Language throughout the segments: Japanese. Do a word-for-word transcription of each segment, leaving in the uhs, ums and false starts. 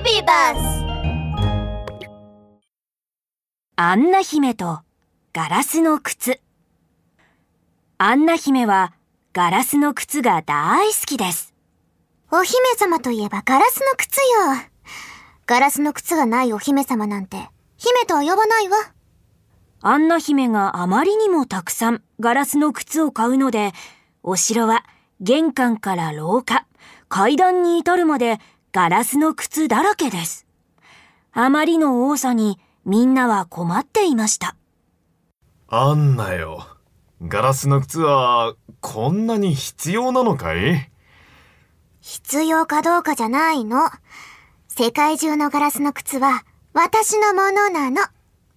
ビバス。 アンナ姫とガラスの靴。アンナ姫はガラスの靴が大好きです。 お姫様といえばガラスの靴よ。ガラスの靴がないお姫様なんて姫とは呼ばないわ。 アンナ姫があまりにもたくさんガラスの靴を買うので、お城は玄関から廊下、階段に至るまでガラスの靴だらけです。あまりの多さにみんなは困っていました。 アンナよ、ガラスの靴はこんなに必要なのかい？ 必要かどうかじゃないの。世界中のガラスの靴は私のものなの。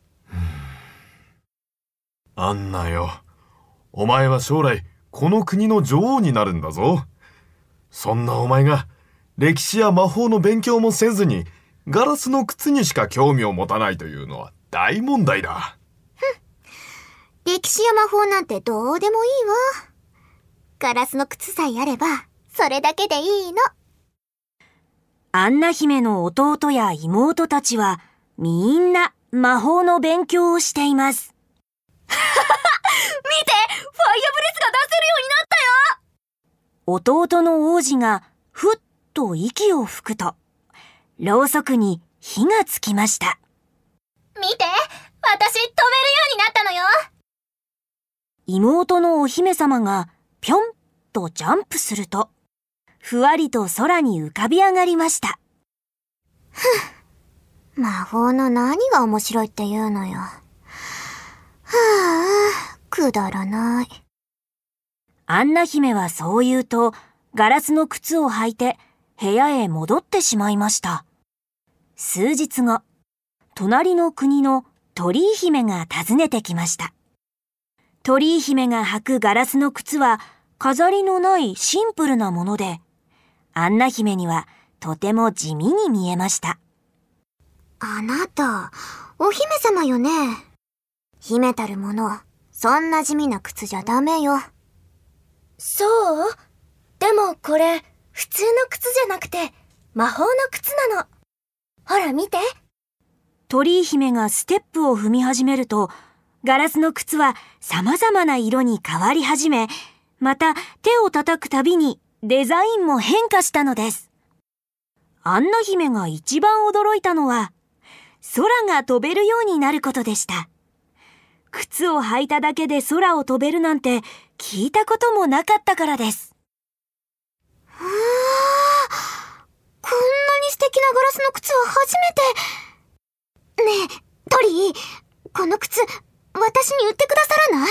アンナよ、お前は将来この国の女王になるんだぞ。そんなお前が歴史や魔法の勉強もせずにガラスの靴にしか興味を持たないというのは大問題だ。 歴史や魔法なんてどうでもいいわ。ガラスの靴さえあればそれだけでいいの。 アンナ姫の弟や妹たちはみんな魔法の勉強をしています。 見て、ファイアブレスが出せるようになったよ。 弟の王子がふっと息を吹くと、ろうそくに火がつきました。 見て、私飛べるようになったのよ。 妹のお姫様がぴょんとジャンプすると、ふわりと空に浮かび上がりました。 ふぅ、魔法の何が面白いっていうのよ。はあ、くだらない。 アンナ姫はそう言うと、ガラスの靴を履いて部屋へ戻ってしまいました。数日後、隣の国の鳥居姫が訪ねてきました。鳥居姫が履くガラスの靴は飾りのないシンプルなもので、アンナ姫にはとても地味に見えました。 あなた、お姫様よね。秘めたるもの、そんな地味な靴じゃダメよ。 そう？でもこれ、普通の靴じゃなくて、魔法の靴なの。ほら見て。 鳥居姫がステップを踏み始めると、ガラスの靴は様々な色に変わり始め、また手を叩くたびにデザインも変化したのです。アンナ姫が一番驚いたのは、空が飛べるようになることでした。靴を履いただけで空を飛べるなんて聞いたこともなかったからです。 うわー、こんなに素敵なガラスの靴は初めて。ねえ、トリー、この靴、私に売ってくださらない？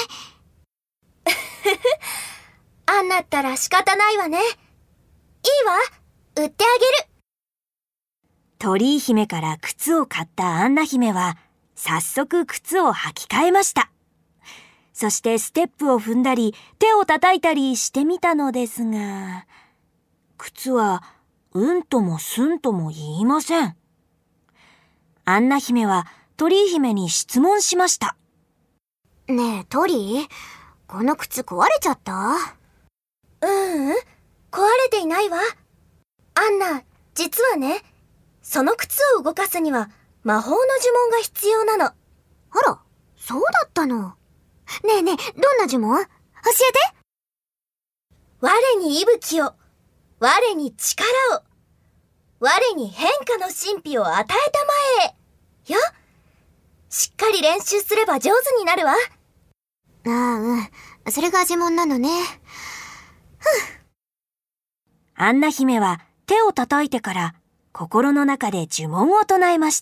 あんなったら仕方ないわね。いいわ、売ってあげる。 鳥居姫から靴を買ったアンナ姫は、早速靴を履き替えました。そしてステップを踏んだり、手を叩いたりしてみたのですが、靴はうんともすんとも言いません。アンナ姫は鳥居姫に質問しました。 ねえ、トリー、この靴壊れちゃった？ ううん、壊れていないわ。アンナ、実はね、その靴を動かすには魔法の呪文が必要なの。 あら、そうだったの。ねえねえ、どんな呪文？教えて。 我に息吹を、我に力を、我に変化の神秘を与えたまえよ。しっかり練習すれば上手になるわ。 ああ、うん。それが呪文なのね。ふう。 アンナ姫は手を叩いてから心の中で呪文を唱えました。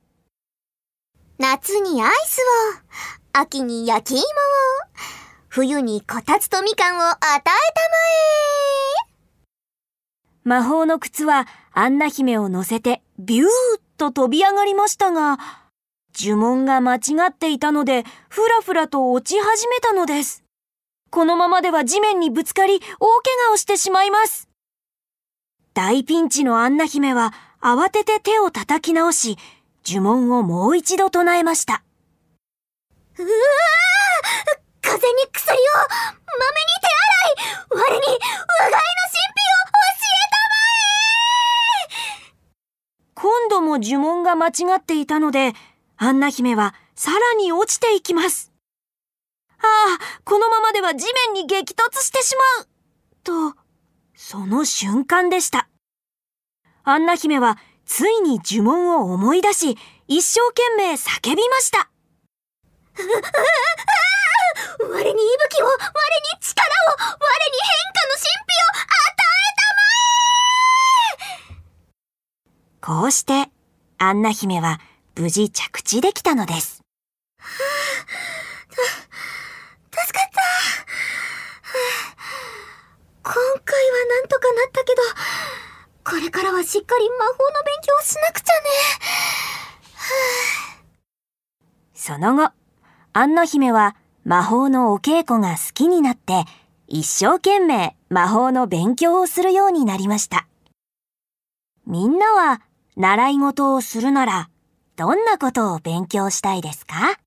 夏にアイスを、秋に焼き芋を、冬にこたつとみかんを与えたまえ。 魔法の靴はアンナ姫を乗せてビューッと飛び上がりましたが、呪文が間違っていたのでふらふらと落ち始めたのです。このままでは地面にぶつかり大怪我をしてしまいます。大ピンチのアンナ姫は慌てて手を叩き直し、呪文をもう一度唱えました。 うわー、風に薬を、豆に手洗い、我にうがいの神秘を教えたまえ。 今度も呪文が間違っていたので、アンナ姫はさらに落ちていきます。ああ、このままでは地面に激突してしまうと、その瞬間でした。アンナ姫はついに呪文を思い出し、一生懸命叫びました。 我に息吹を、我に力を、我に変化の神秘を与えたまえ！こうして、アンナ姫は無事着地できたのです。 はあ、助かった。今回はなんとかなったけど、これからはしっかり魔法の勉強をしなくちゃね。はあ、その後、アンナ姫は魔法のお稽古が好きになって、一生懸命魔法の勉強をするようになりました。みんなは習い事をするなら、どんなことを勉強したいですか？